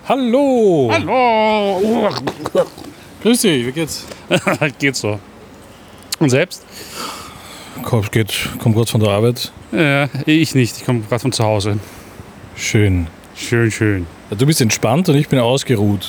Hallo! Hallo! Grüß dich, wie geht's? Geht so. Und selbst? Komm gerade von der Arbeit. Ja, ich nicht. Ich komme gerade von zu Hause. Schön. Schön. Ja, du bist entspannt und ich bin ausgeruht.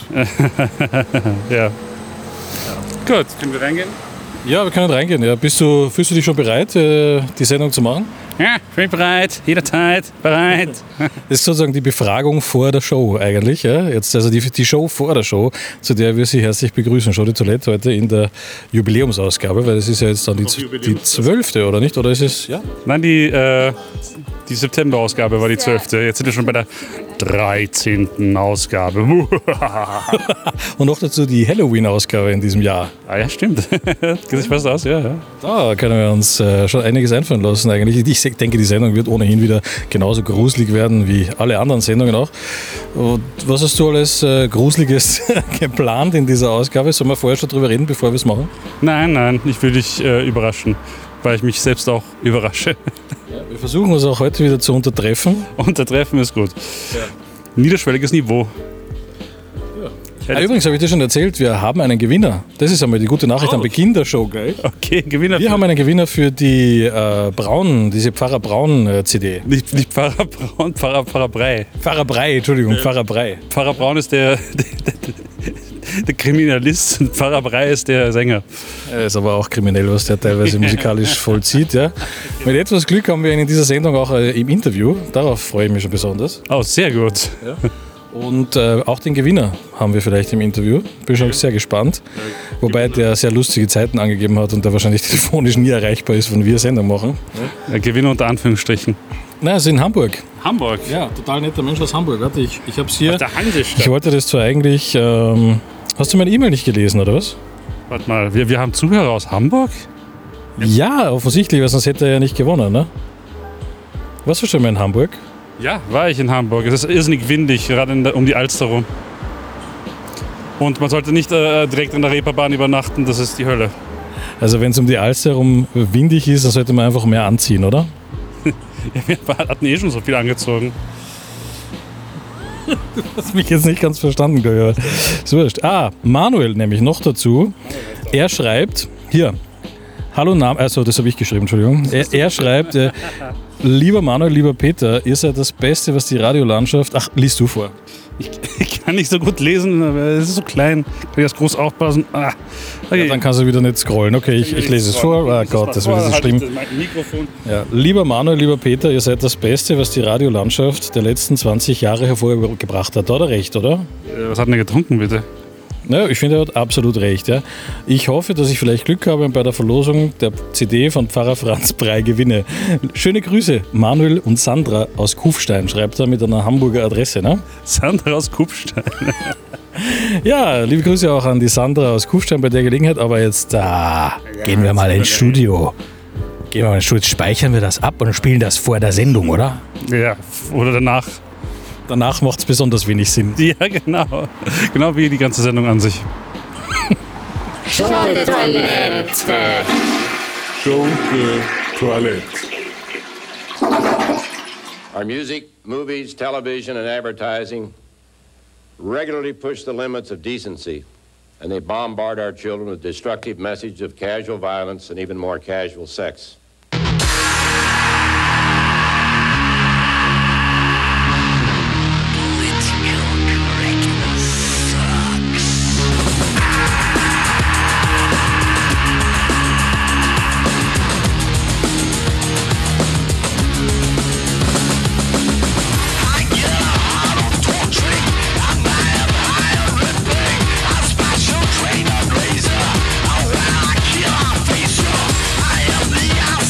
Ja. Gut, können wir reingehen? Ja, wir können reingehen. Ja. Fühlst du dich schon bereit, die Sendung zu machen? Ja, ich bin bereit. Jederzeit bereit. Das ist sozusagen die Befragung vor der Show eigentlich. Ja? Jetzt also die Show vor der Show, zu der wir Sie herzlich begrüßen. Show de Toilette heute in der Jubiläumsausgabe, weil es ist ja jetzt dann die 12. oder nicht? Oder ist es, ja? Nein, die September-Ausgabe war die 12. Jetzt sind wir schon bei der 13. Ausgabe. Und noch dazu die Halloween-Ausgabe in diesem Jahr. Ah ja, stimmt. Geht sich fast aus, ja. Da können wir uns schon einiges einfallen lassen eigentlich. Ich denke, die Sendung wird ohnehin wieder genauso gruselig werden wie alle anderen Sendungen auch. Und was hast du alles Gruseliges geplant in dieser Ausgabe? Sollen wir vorher schon drüber reden, bevor wir es machen? Nein, ich will dich überraschen, weil ich mich selbst auch überrasche. Ja, wir versuchen uns auch heute wieder zu untertreffen. Untertreffen ist gut. Ja. Niederschwelliges Niveau. Übrigens habe ich dir schon erzählt, wir haben einen Gewinner. Das ist einmal die gute Nachricht am Beginn der Show gleich. Okay, Gewinner. Wir haben einen Gewinner für die diese Pfarrer Braun CD. Nicht Pfarrer Braun, Pfarrer Brei. Pfarrer Brei, Entschuldigung, Pfarrer Brei. Pfarrer Braun ist der Kriminalist und Pfarrer Brei ist der Sänger. Er ist aber auch kriminell, was der teilweise musikalisch vollzieht. Ja. Mit etwas Glück haben wir ihn in dieser Sendung auch im Interview. Darauf freue ich mich schon besonders. Oh, sehr gut. Ja. Und auch den Gewinner haben wir vielleicht im Interview. Bin schon sehr gespannt. Wobei der sehr lustige Zeiten angegeben hat und der wahrscheinlich telefonisch nie erreichbar ist, wenn wir Sendung machen. Ja, Gewinner unter Anführungsstrichen. Nein, also in Hamburg. Hamburg? Ja, total netter Mensch aus Hamburg. Warte, ich habe es hier. Aus der Hansestadt. Ich wollte das zwar eigentlich. Hast du meine E-Mail nicht gelesen, oder was? Warte mal, wir haben Zuhörer aus Hamburg? Ja, offensichtlich, weil sonst hätte er ja nicht gewonnen, ne? Warst du schon mal in Hamburg? Ja, war ich in Hamburg. Es ist irrsinnig windig, gerade um die Alster rum. Und man sollte nicht direkt in der Reeperbahn übernachten, das ist die Hölle. Also wenn es um die Alster herum windig ist, dann sollte man einfach mehr anziehen, oder? Ja, wir hatten eh schon so viel angezogen. Du hast mich jetzt nicht ganz verstanden, glaube ich. Ist wurscht. Manuel nämlich noch dazu. Er schreibt, hier, hallo also das habe ich geschrieben, Entschuldigung. Er schreibt, lieber Manuel, lieber Peter, ihr seid das Beste, was die Radiolandschaft... Ach, liest du vor. Ich kann nicht so gut lesen, aber es ist so klein. Kann ich das groß aufpassen? Okay. Ja, dann kannst du wieder nicht scrollen. Okay, ich lese es vor. Oh Gott, das wird so schlimm. Ja, lieber Manuel, lieber Peter, ihr seid das Beste, was die Radiolandschaft der letzten 20 Jahre hervorgebracht hat. Da hat er recht, oder? Was hat denn er getrunken, bitte? Naja, ich finde, er hat absolut recht. Ja. Ich hoffe, dass ich vielleicht Glück habe und bei der Verlosung der CD von Pfarrer Franz Brei gewinne. Schöne Grüße, Manuel und Sandra aus Kufstein, schreibt er mit einer Hamburger Adresse. Ne? Sandra aus Kufstein. Ja, liebe Grüße auch an die Sandra aus Kufstein bei der Gelegenheit. Aber jetzt gehen wir mal ins Studio. Speichern wir das ab und spielen das vor der Sendung, oder? Ja, oder danach. Danach macht es besonders wenig Sinn. Ja, genau. Genau wie die ganze Sendung an sich. Show de Toilette. Show de Toilette. Our music, movies, television, and advertising regularly push the limits of decency, and they bombard our children with destructive messages of casual violence and even more casual sex. I am the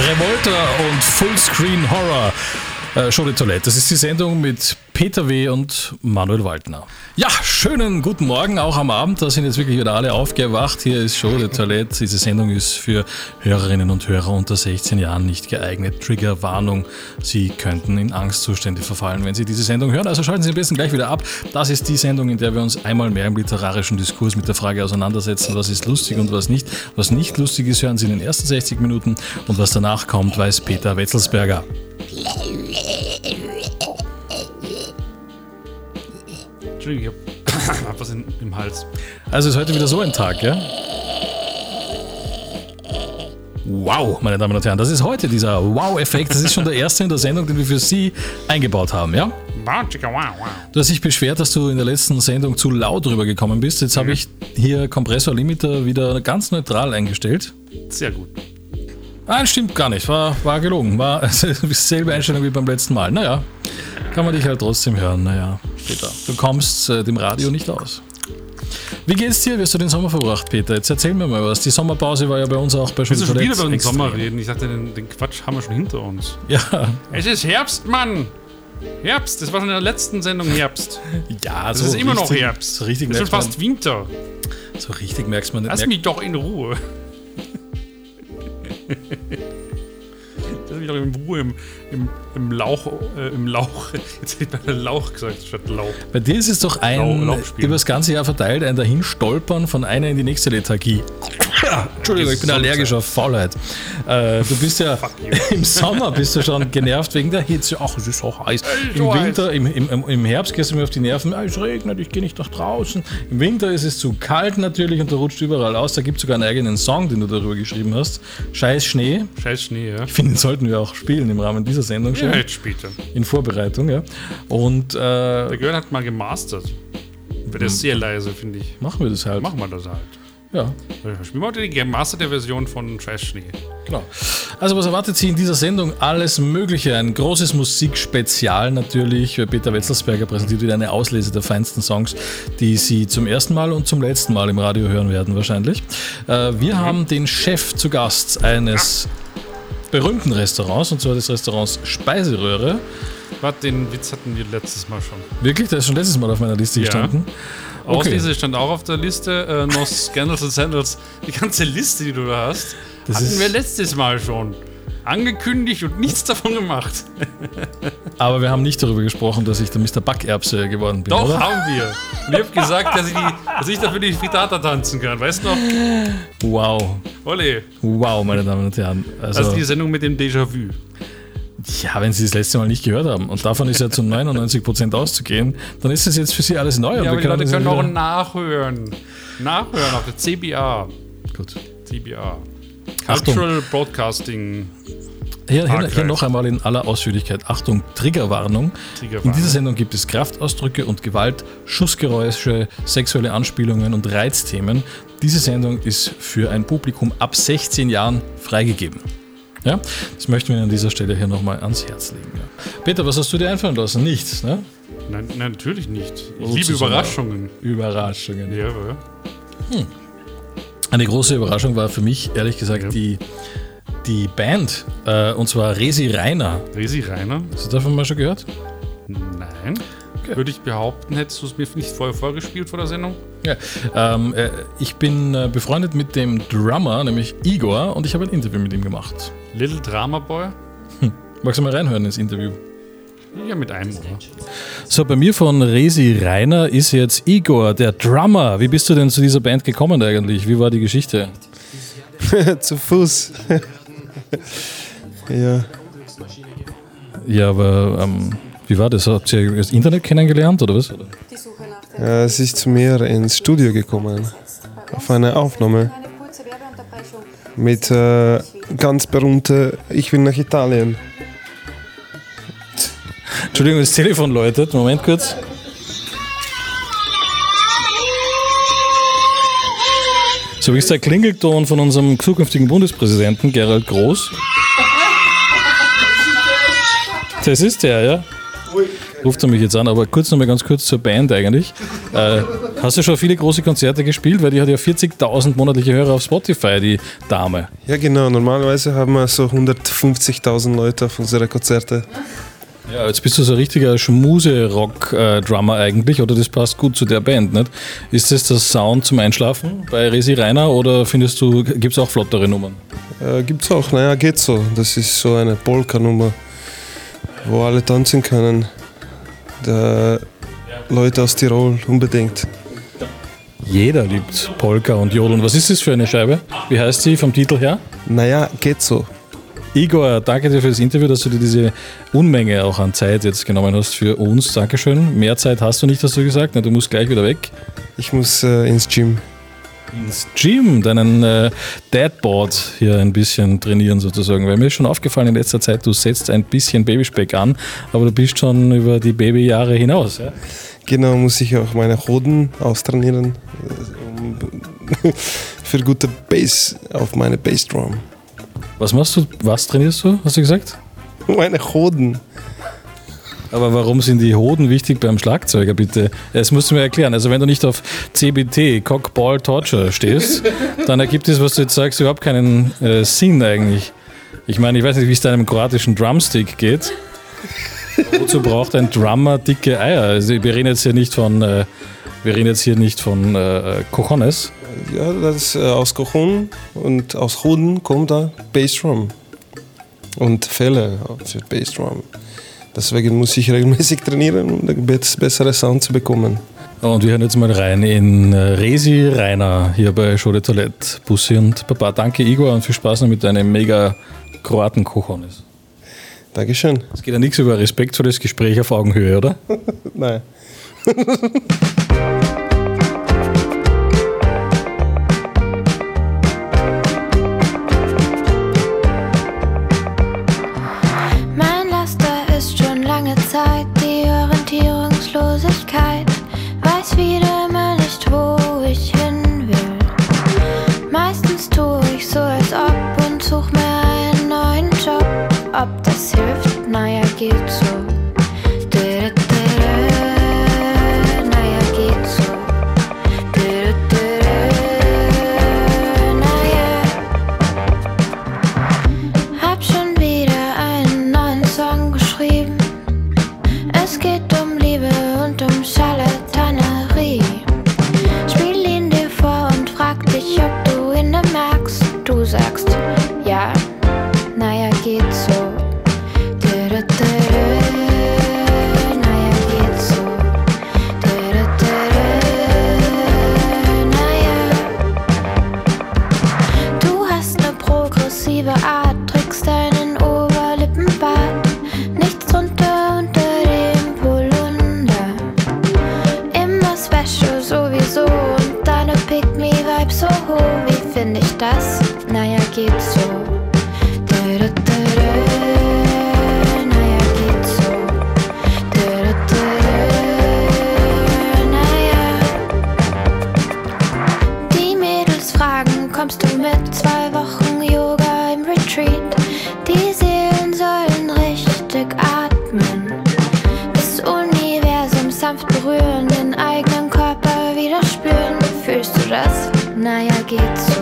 Revolter und Fullscreen Horror. Show de Toilette. Das ist die Sendung mit Peter W. und Manuel Waldner. Ja, schönen guten Morgen, auch am Abend. Da sind jetzt wirklich wieder alle aufgewacht. Hier ist Show de Toilette. Diese Sendung ist für Hörerinnen und Hörer unter 16 Jahren nicht geeignet. Triggerwarnung. Sie könnten in Angstzustände verfallen, wenn Sie diese Sendung hören. Also schalten Sie am besten gleich wieder ab. Das ist die Sendung, in der wir uns einmal mehr im literarischen Diskurs mit der Frage auseinandersetzen, was ist lustig und was nicht. Was nicht lustig ist, hören Sie in den ersten 60 Minuten. Und was danach kommt, weiß Peter Wetzelsberger. Entschuldigung, ich hab was im Hals. Also ist heute wieder so ein Tag, ja? Wow, meine Damen und Herren, das ist heute dieser Wow-Effekt. Das ist schon der erste in der Sendung, den wir für Sie eingebaut haben, ja? Du hast dich beschwert, dass du in der letzten Sendung zu laut rübergekommen bist. Jetzt habe ich hier Kompressor-Limiter wieder ganz neutral eingestellt. Sehr gut. Nein, stimmt gar nicht. War gelogen. War dieselbe Einstellung wie beim letzten Mal. Naja, kann man dich halt trotzdem hören. Naja, Peter, du kommst dem Radio nicht aus. Wie geht's dir? Wie hast du den Sommer verbracht, Peter? Jetzt erzähl mir mal was. Die Sommerpause war ja bei uns auch bei Willst du schon wieder über den Sommer reden? Ich dachte, den Quatsch haben wir schon hinter uns. Ja. Es ist Herbst, Mann! Herbst, das war schon in der letzten Sendung Herbst. Ja, das ist immer noch Herbst. So richtig das ist schon fast Winter. So richtig merkst man nicht. Lass mich doch in Ruhe. Lass mich doch in Ruhe im Lauch. Jetzt hätte ich bei der Lauch gesagt, statt Lauch. Bei dir ist es doch ein über das ganze Jahr verteilt, ein Dahinstolpern von einer in die nächste Lethargie. Entschuldigung, ich bin allergisch auf Faulheit. Du bist ja im Sommer bist du schon genervt wegen der Hitze. Ach, es ist so heiß. Im Winter, im Herbst gehst du mir auf die Nerven. Es regnet, ich gehe nicht nach draußen. Im Winter ist es zu kalt natürlich und du rutscht überall aus. Da gibt es sogar einen eigenen Song, den du darüber geschrieben hast. Scheiß Schnee. Scheiß Schnee, ja. Ich finde, den sollten wir auch spielen im Rahmen dieser Sendung schon. Ja, jetzt später. In Vorbereitung, ja. Und der Göll hat mal gemastert. Der ist sehr leise, finde ich. Machen wir das halt. Machen wir das halt. Ja. Spielen wir heute die gemasterte Version von Scheiß Schnee. Genau. Also was erwartet Sie in dieser Sendung? Alles Mögliche. Ein großes Musikspezial natürlich. Peter Wetzelsberger präsentiert wieder eine Auslese der feinsten Songs, die Sie zum ersten Mal und zum letzten Mal im Radio hören werden wahrscheinlich. Wir haben den Chef zu Gast eines berühmten Restaurants, und zwar des Restaurants Speiseröhre. Warte, den Witz hatten wir letztes Mal schon. Wirklich? Der ist schon letztes Mal auf meiner Liste gestanden? Okay. Auslese stand auch auf der Liste. No Scandals and Sandals. Die ganze Liste, die du da hast, hatten wir letztes Mal schon angekündigt und nichts davon gemacht. Aber wir haben nicht darüber gesprochen, dass ich der Mr. Backerbse geworden bin, Doch, oder? haben wir. Und ich habe gesagt, dass ich dafür die Frittata tanzen kann. Weißt du noch? Wow. Olé. Wow, meine Damen und Herren. Also die Sendung mit dem Déjà-vu. Ja, wenn Sie das letzte Mal nicht gehört haben und davon ist ja zu 99% auszugehen, dann ist das jetzt für Sie alles neu. Ja, und aber die Leute können auch nachhören. Nachhören auf der CBA. Gut. CBA. Cultural Broadcasting. Hier noch einmal in aller Ausführlichkeit. Achtung, Triggerwarnung. In dieser Sendung gibt es Kraftausdrücke und Gewalt, Schussgeräusche, sexuelle Anspielungen und Reizthemen. Diese Sendung ist für ein Publikum ab 16 Jahren freigegeben. Ja, das möchten wir an dieser Stelle hier nochmal ans Herz legen. Ja. Peter, was hast du dir einfallen lassen? Nichts, ne? Nein, natürlich nicht. Ich liebe Überraschungen. Überraschungen. Ja. Eine große Überraschung war für mich, ehrlich gesagt, die Band, und zwar Resi Rainer. Resi Rainer? Hast du davon mal schon gehört? Nein. Okay. Würde ich behaupten, hättest du es mir nicht vorher vorgespielt vor der Sendung? Ja, ich bin befreundet mit dem Drummer, nämlich Igor, und ich habe ein Interview mit ihm gemacht. Little Drama Boy? Magst du mal reinhören ins Interview? Ja, mit einem Ohr. So, bei mir von Resi Rainer ist jetzt Igor, der Drummer. Wie bist du denn zu dieser Band gekommen eigentlich? Wie war die Geschichte? Zu Fuß. Ja. Ja, aber wie war das? Habt ihr das Internet kennengelernt oder was? Es ist zu mir ins Studio gekommen. Auf eine Aufnahme. Mit ganz berühmten Ich will nach Italien. Entschuldigung, das Telefon läutet. Moment kurz. So, wie ist der Klingelton von unserem zukünftigen Bundespräsidenten Gerald Groß? Das ist der, ja? ruft er mich jetzt an, aber ganz kurz zur Band eigentlich. Hast du schon viele große Konzerte gespielt? Weil die hat ja 40.000 monatliche Hörer auf Spotify, die Dame. Ja genau, normalerweise haben wir so 150.000 Leute auf unsere Konzerte. Ja, jetzt bist du so ein richtiger Schmuse-Rock-Drummer eigentlich, oder das passt gut zu der Band, nicht? Ist das Sound zum Einschlafen bei Resi Reiner oder findest du, gibt es auch flottere Nummern? Gibt's auch, naja, geht so. Das ist so eine Polka-Nummer, wo alle tanzen können. Leute aus Tirol unbedingt. Jeder liebt Polka und Jodeln. Was ist das für eine Scheibe? Wie heißt sie vom Titel her? Naja, geht so. Igor, danke dir für das Interview, dass du dir diese Unmenge auch an Zeit jetzt genommen hast für uns. Dankeschön. Mehr Zeit hast du nicht, hast du gesagt. Na, du musst gleich wieder weg. Ich muss ins Gym. Ins Gym, deinen Dadboard hier ein bisschen trainieren sozusagen. Weil mir ist schon aufgefallen in letzter Zeit, du setzt ein bisschen Babyspeck an, aber du bist schon über die Babyjahre hinaus. Ja? Genau, muss ich auch meine Hoden austrainieren, für gute Bass auf meine Bassdrum. Was machst du? Was trainierst du, hast du gesagt? Meine Hoden. Aber warum sind die Hoden wichtig beim Schlagzeuger, bitte? Das musst du mir erklären. Also wenn du nicht auf CBT, Cock, Ball, Torture stehst, dann ergibt es, was du jetzt sagst, überhaupt keinen Sinn eigentlich. Ich meine, ich weiß nicht, wie es deinem kroatischen Drumstick geht. Wozu braucht ein Drummer dicke Eier? Also wir reden jetzt hier nicht von Cojones. Ja, das aus Cojon und aus Hoden kommt da Bassdrum und Fälle für Bassdrum. Deswegen muss ich regelmäßig trainieren, um einen besseren Sound zu bekommen. Und wir hören jetzt mal rein in Resi Reiner hier bei Show de Toilette. Bussi und Papa. Danke Igor und viel Spaß noch mit deinem mega Kroaten-Cojones. Dankeschön. Es geht ja nichts über respektvolles Gespräch auf Augenhöhe, oder? Nein. Mein Laster ist schon lange Zeit die Orientierungslosigkeit. Weiß wieder immer nicht, wo ich hin will. Meistens tue ich so, als ob und such mir einen neuen Job. Ob das hilft? Naja, geht so. Naja, geht so. Naja. Hab schon wieder einen neuen Song geschrieben. Es geht um Liebe und um Charlatanerie. Spiel ihn dir vor und frag dich, ob du ihn merkst. Du sagst, ja, naja, geht so. Naja, geht so. Naja. Du hast ne progressive Art, trägst deinen Oberlippenbart. Nichts drunter unter dem Polunder. Immer special sowieso und deine Pick-me-Vibe so hoch. Wie find ich das? Naja, geht so. Kommst du mit 2 Wochen Yoga im Retreat? Die Seelen sollen richtig atmen. Das Universum sanft berühren, den eigenen Körper wieder spüren. Fühlst du das? Naja, geht so.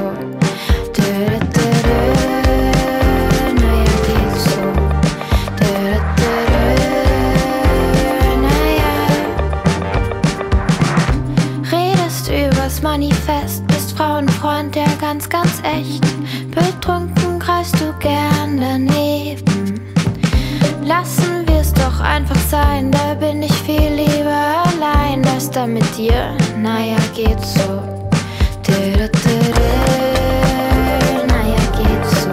Naja, geht so. Naja. Redest übers Manifest. Frauenfreund, der ganz, ganz echt. Betrunken kreist du gern daneben. Lassen wir's doch einfach sein, da bin ich viel lieber allein. Das da mit dir, naja, geht so. Naja, geht so.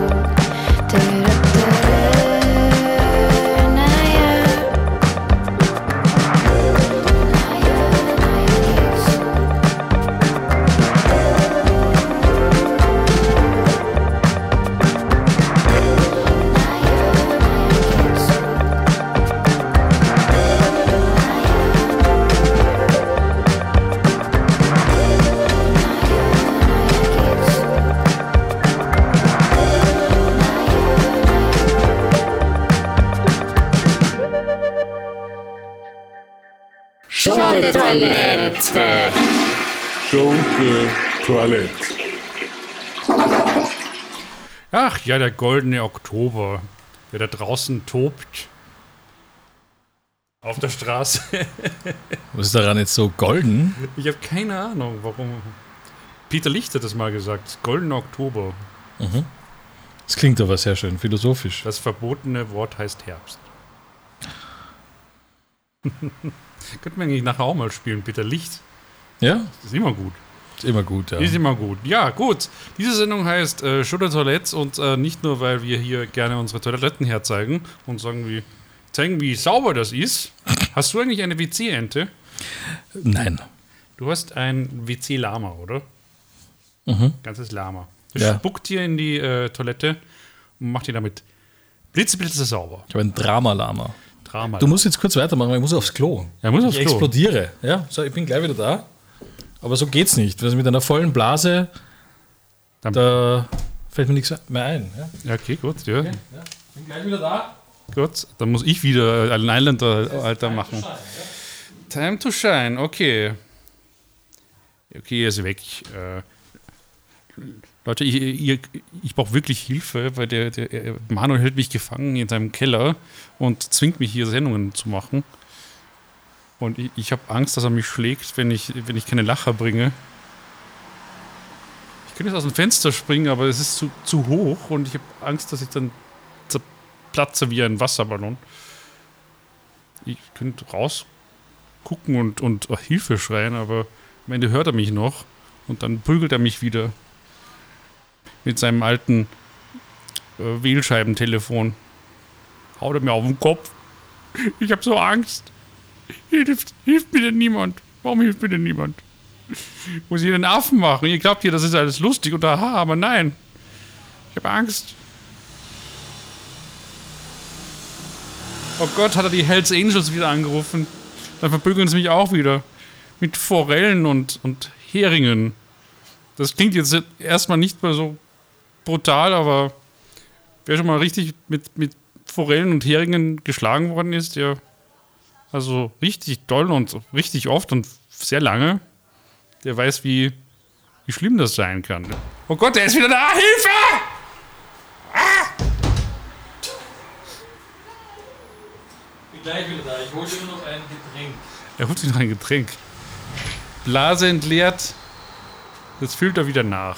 Schunke-Toilette. Schunke-Toilette. Ach ja, der goldene Oktober, der da draußen tobt. Auf der Straße. Was ist daran jetzt so golden? Ich habe keine Ahnung, warum. Peter Licht hat das mal gesagt. Goldener Oktober. Das klingt aber sehr schön, philosophisch. Das verbotene Wort heißt Herbst. Könnten wir eigentlich nachher auch mal spielen, Peter Licht. Ja, Das ist immer gut. ist immer gut, ja. Ist immer gut. Ja, gut. Diese Sendung heißt Schunke-Toilette und nicht nur, weil wir hier gerne unsere Toiletten herzeigen und zeigen, wie sauber das ist. Hast du eigentlich eine WC-Ente? Nein. Du hast ein WC-Lama, oder? Ganzes Lama. Das Ja. spuckt dir in die Toilette und macht die damit blitze sauber. Ich habe ein Drama-Lama. Drama. Du musst jetzt kurz weitermachen, weil ich muss aufs Klo. Ja, muss aufs Ich Klo. explodiere. Ja, so, ich bin gleich wieder da. Aber so geht's nicht. Also mit einer vollen Blase, da fällt mir nichts mehr ein. Ja. Ja, okay, gut. Ja. Bin gleich wieder da. Gut. Dann muss ich wieder einen Islander-Alter machen. Time to shine, okay. Okay, er ist weg. Leute, ich brauche wirklich Hilfe, weil der Manuel hält mich gefangen in seinem Keller und zwingt mich hier Sendungen zu machen. Und ich habe Angst, dass er mich schlägt, wenn ich keine Lacher bringe. Ich könnte jetzt aus dem Fenster springen, aber es ist zu hoch und ich habe Angst, dass ich dann zerplatze wie ein Wasserballon. Ich könnte rausgucken und Hilfe schreien, aber am Ende hört er mich noch und dann prügelt er mich wieder mit seinem alten Wählscheibentelefon. Haut er mir auf den Kopf. Ich habe so Angst. Hilft mir denn niemand? Warum hilft mir denn niemand? Muss ich den Affen machen? Ihr glaubt hier, das ist alles lustig und aha, aber nein. Ich habe Angst. Oh Gott, hat er die Hells Angels wieder angerufen. Dann verprügeln sie mich auch wieder. Mit Forellen und Heringen. Das klingt jetzt erstmal nicht mehr so brutal, aber wer schon mal richtig mit Forellen und Heringen geschlagen worden ist, der also richtig doll und richtig oft und sehr lange, der weiß, wie schlimm das sein kann. Oh Gott, der ist wieder da! Hilfe! Bin gleich wieder da. Ich hole dir nur noch ein Getränk. Er holt sich noch ein Getränk. Blase entleert. Jetzt füllt er wieder nach.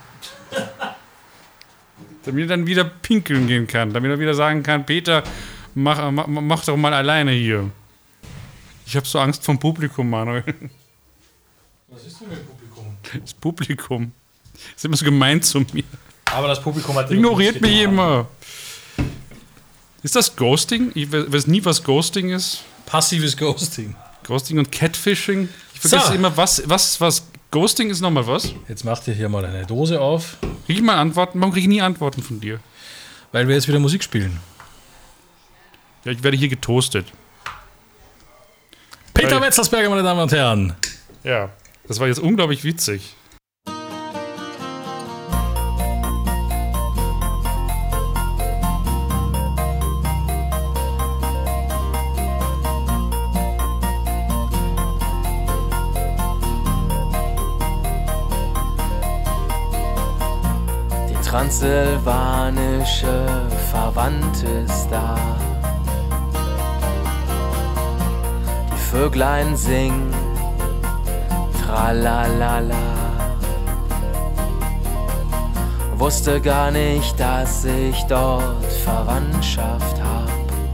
Damit er dann wieder pinkeln gehen kann. Damit er wieder sagen kann, Peter, mach doch mal alleine hier. Ich habe so Angst vom Publikum, Manuel. Was ist denn mit dem Publikum? Das Publikum ist immer so gemein zu mir. Aber das Publikum hat Ignoriert mich immer. Ist das Ghosting? Ich weiß nie, was Ghosting ist. Passives Ghosting. Ghosting und Catfishing. Ich vergesse immer, was Ghosting ist nochmal was. Jetzt macht ihr hier mal eine Dose auf. Krieg ich mal Antworten? Warum kriege ich nie Antworten von dir? Weil wir jetzt wieder Musik spielen. Ja, ich werde hier getoastet. Peter Wetzelsberger, meine Damen und Herren. Ja, das war jetzt unglaublich witzig. Die transsilvanische Verwandte ist da. Die Vöglein singen, tralalala. Wusste gar nicht, dass ich dort Verwandtschaft hab.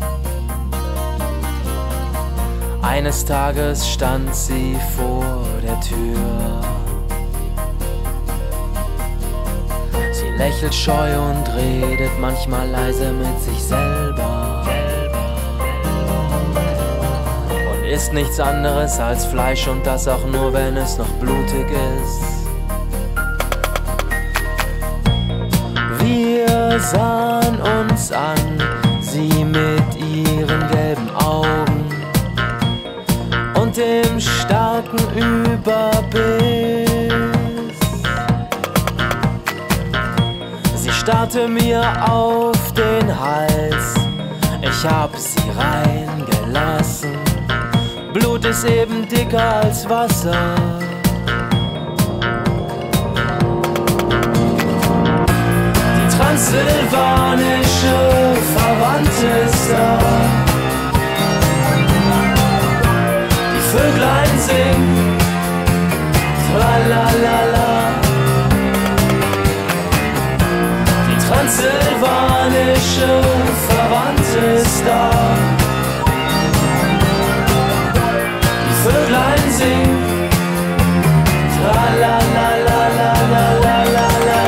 Eines Tages stand sie vor der Tür. Sie lächelt scheu und redet manchmal leise mit sich selber. Und isst nichts anderes als Fleisch und das auch nur, wenn es noch blutig ist. Wir sahen uns an, sie mit ihren gelben Augen und dem starken Überbiss. Sie starrte mir auf den Hals, ich hab sie reingelassen Blut ist eben dicker als Wasser. Die transsilvanische Verwandte ist da. Die Vöglein singen, tralalala. Die transsilvanische Verwandte ist da. Vöglein singen, tralalalalalalalala.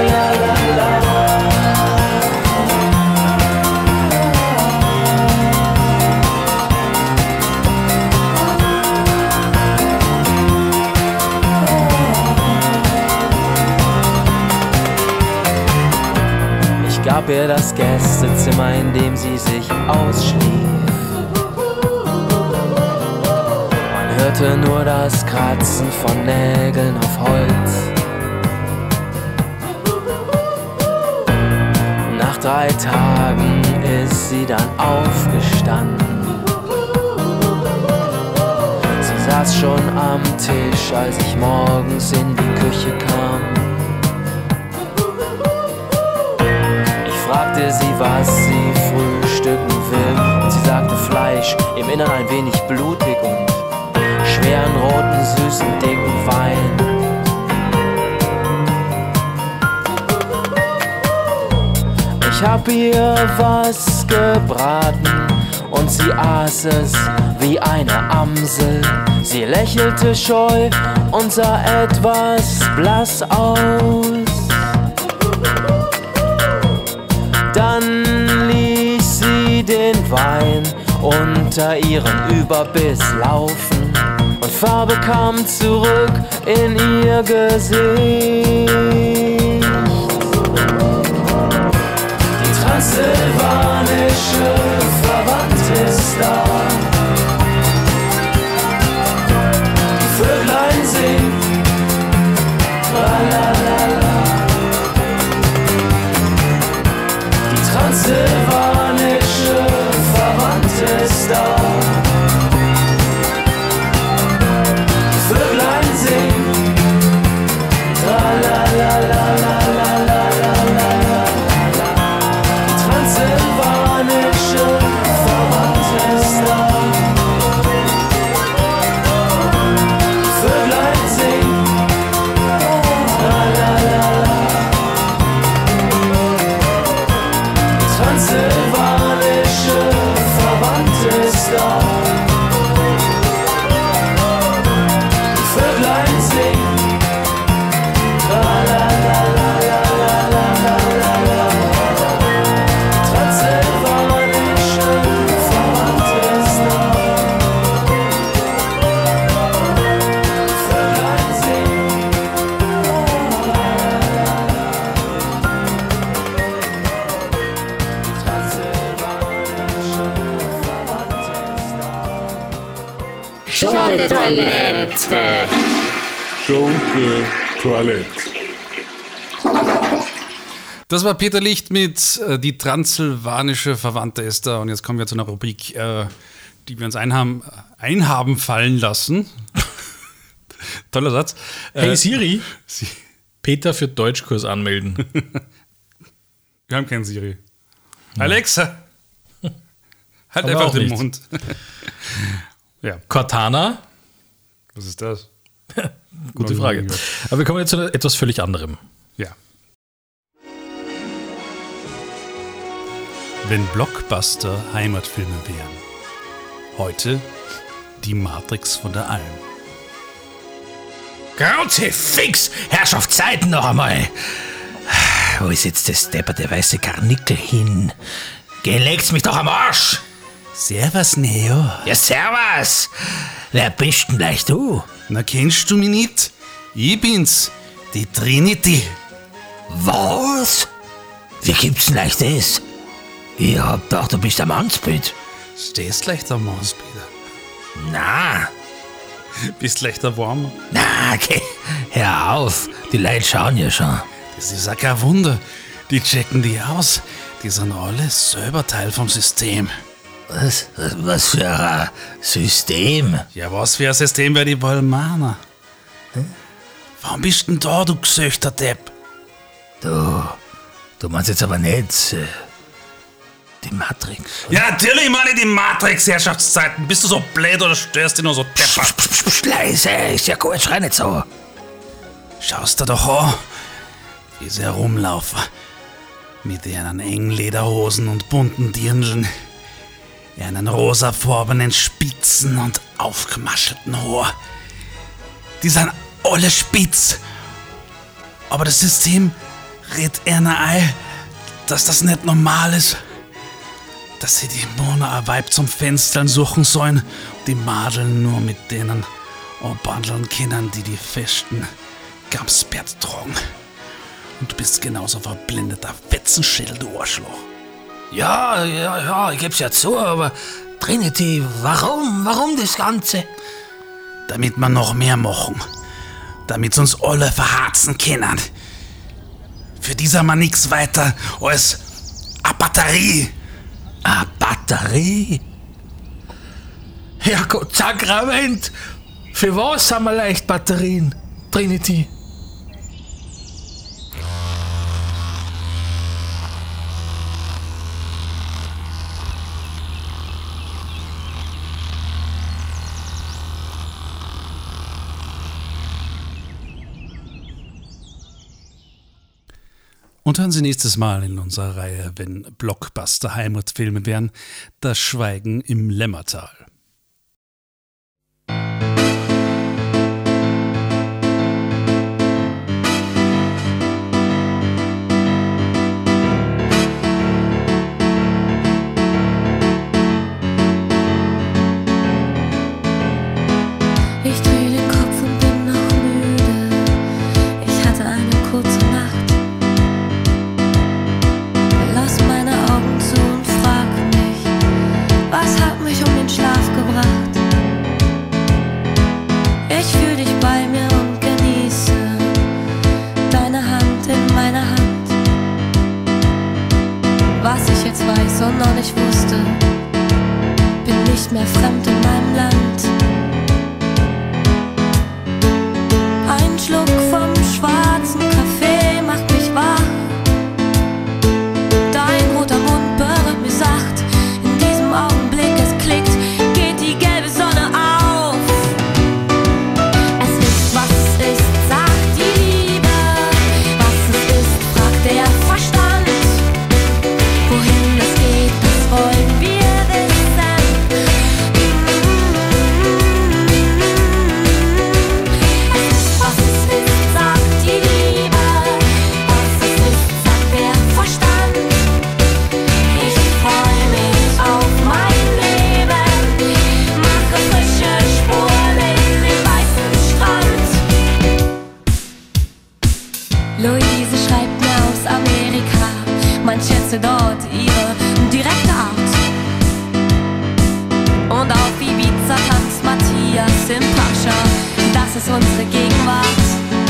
Ich gab ihr das Gästezimmer, in dem sie sich ausschlief. Hörte nur das Kratzen von Nägeln auf Holz. Nach 3 Tagen ist sie dann aufgestanden. Sie saß schon am Tisch, als ich morgens in die Küche kam. Ich fragte sie, was sie frühstücken will, und sie sagte Fleisch, im Innern ein wenig blutig und schweren, roten, süßen, dicken Wein. Ich hab ihr was gebraten und sie aß es wie eine Amsel. Sie lächelte scheu und sah etwas blass aus. Dann ließ sie den Wein unter ihren Überbiss laufen. Und Farbe kam zurück in ihr Gesicht. Die transsilvanische Verwandte ist da. Die Vöglein singen, tralalala. Die transsilvanische Verwandte ist da. Vöglein singen, tralalalalalalalala. Die transsilvanische Verwandte ist da. Vöglein singen, tralalala. Die transsilvanische Verwandte ist da. Vöglein singen, tralalalalalalalala. Transsilvanische Verwandte ist da. Vöglein singen, transsilvanische Verwandte ist da. Schunke-Toilette. Schunke-Toilette. Das war Peter Licht mit die transsilvanische Verwandte ist da. Und jetzt kommen wir zu einer Rubrik, die wir uns einhaben fallen lassen. Toller Satz. Hey Siri, Peter für Deutschkurs anmelden. Wir haben keinen Siri. Alexa, halt Haben wir einfach auch den nicht. Mund. Ja, Cortana? was ist das? Gute Frage. Aber wir kommen jetzt zu etwas völlig anderem. Ja. Wenn Blockbuster Heimatfilme wären. Heute die Matrix von der Alm. Kruzifix! Herrschaftszeiten noch einmal! Wo ist jetzt das depperte weiße Karnickel hin? Legt's mich doch am Arsch! Servus, Neo. Ja, servus! Wer bist denn gleich du? Na, kennst du mich nicht? Ich bin's, die Trinity. Was? Wie gibt's denn gleich das? Ich hab gedacht, du bist ein Mannsbild. Stehst leicht am Maus, Peter. Na, Bist leicht warm. na, okay. Hör auf, die Leute schauen ja schon. Das ist ja kein Wunder. Die checken die aus. Die sind alle selber Teil vom System. Was für ein System? Ja, was für ein System wäre die wollen meinen? Warum bist denn da, du gesöchter Depp? Du meinst jetzt aber nicht die Matrix? Ja, natürlich meine ich die Matrix-Herrschaftszeiten. Bist du so blöd oder störst du nur so deppert? Leise, ist ja gut, schrei nicht so. Schaust du doch an, wie sie herumlaufen. Mit ihren engen Lederhosen und bunten Dirndln. Ihren rosafarbenen Spitzen und aufgemaschelten Haar. Die sind alle spitz. Aber das System redet einer ein, dass das nicht normal ist. Dass sie die Mona ein Weib zum Fenstern suchen sollen, die Madeln nur mit denen abhandeln können, die festen Gamsbert tragen. Und du bist genauso verblendeter Wetzenschädel, du Arschloch. Ja, ich geb's ja zu, aber Trinity, warum das Ganze? Damit wir noch mehr machen. Damit sie uns alle verharzen können. Für die haben wir nichts weiter als eine Batterie. Eine Batterie? Ja Gott, Sakrament! Für was haben wir leicht Batterien, Trinity? Und hören Sie nächstes Mal in unserer Reihe, wenn Blockbuster Heimatfilme wären, das Schweigen im Lämmertal. Ich drehe den Kopf und bin noch müde. Ich hatte eine kurze Nacht. Lass meine Augen zu und frag mich, was hat mich um den Schlaf gebracht? Ich fühl dich bei mir und genieße deine Hand in meiner Hand. Was ich jetzt weiß und noch nicht wusste, bin nicht mehr fremd in meinem Land. Ein Schluck vom schwarzen Kaffee macht mich wach. Dein roter Mund berührt mich sacht. In diesem Augenblick es klickt, geht die gelbe Sonne auf. Es ist, was es ist, sagt die Liebe. Was es ist, fragt der Verstand. Wohin es geht, das wollen wir wissen. Luise schreibt mir aus Amerika, man schätze dort ihre direkte Art. Und auf Ibiza tanzt Matthias im Pascha, das ist unsere Gegenwart.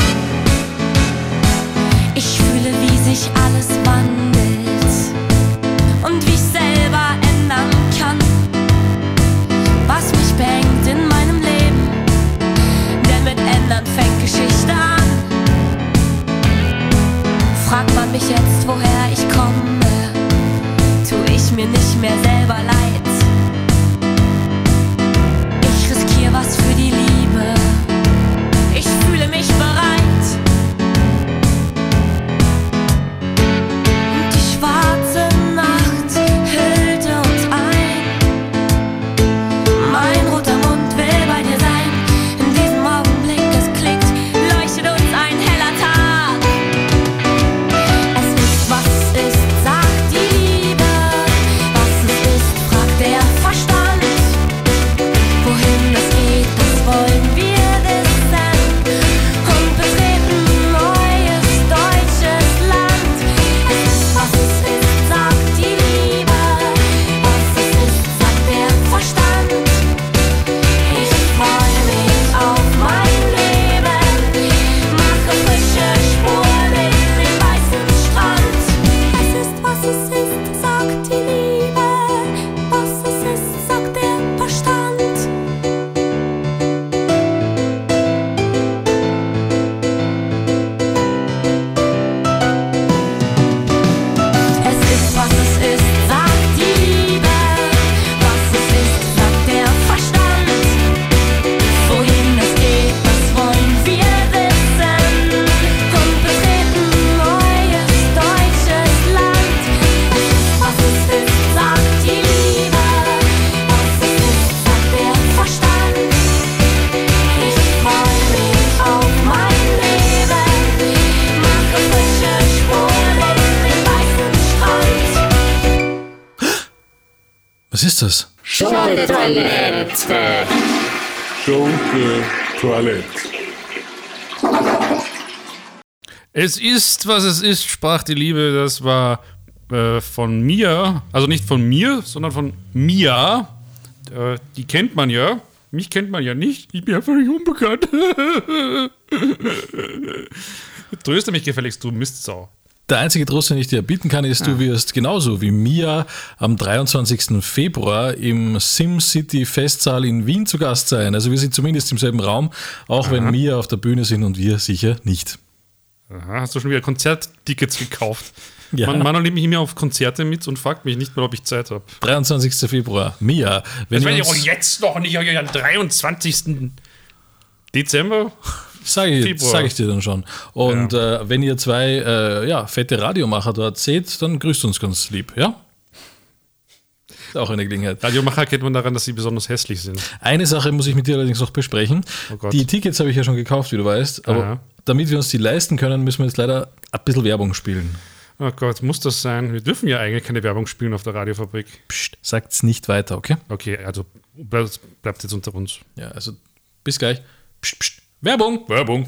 Ich fühle, wie sich alles wandelt und wie ich selber ändern kann, was mich behängt in meinem Leben, denn mit Ändern fängt Geschichte an. Fragt man mich jetzt, woher ich komme, tu ich mir nicht mehr selber leid. Ich riskiere was für die Liebe, ich fühle mich bereit. Und die schwarze Nacht hüllte uns ein. Mein roter Mund will bei dir sein. In diesem Augenblick, es klickt, leuchtet uns ein heller Tag. Es ist, was Was ist das? Schunke-Toilette. Schunke-Toilette. Es ist, was es ist, sprach die Liebe. Das war von Mia. Also nicht von mir, sondern von Mia. Die kennt man ja. Mich kennt man ja nicht. Ich bin ja völlig unbekannt. Tröste mich gefälligst, du Mistsau. Der einzige Trost, den ich dir bieten kann, ist, du wirst genauso wie Mia am 23. Februar im SimCity Festsaal in Wien zu Gast sein. Also wir sind zumindest im selben Raum, auch wenn Mia auf der Bühne sind und wir sicher nicht. Aha, hast du schon wieder Konzerttickets gekauft? Ja. Man nimmt mich immer auf Konzerte mit und fragt mich nicht mehr, ob ich Zeit habe. 23. Februar, Mia. Das werde ich auch jetzt noch nicht, am 23. Dezember. Sag ich dir dann schon. Und wenn ihr zwei fette Radiomacher dort seht, dann grüßt uns ganz lieb, ja? Ist auch eine Gelegenheit. Radiomacher kennt man daran, dass sie besonders hässlich sind. Eine Sache muss ich mit dir allerdings noch besprechen. Oh Gott. Die Tickets habe ich ja schon gekauft, wie du weißt. Aber damit wir uns die leisten können, müssen wir jetzt leider ein bisschen Werbung spielen. Oh Gott, muss das sein? Wir dürfen ja eigentlich keine Werbung spielen auf der Radiofabrik. Psst, sagt's nicht weiter, okay? Okay, also bleibt jetzt unter uns. Ja, also bis gleich. Psst, psst. Werbung!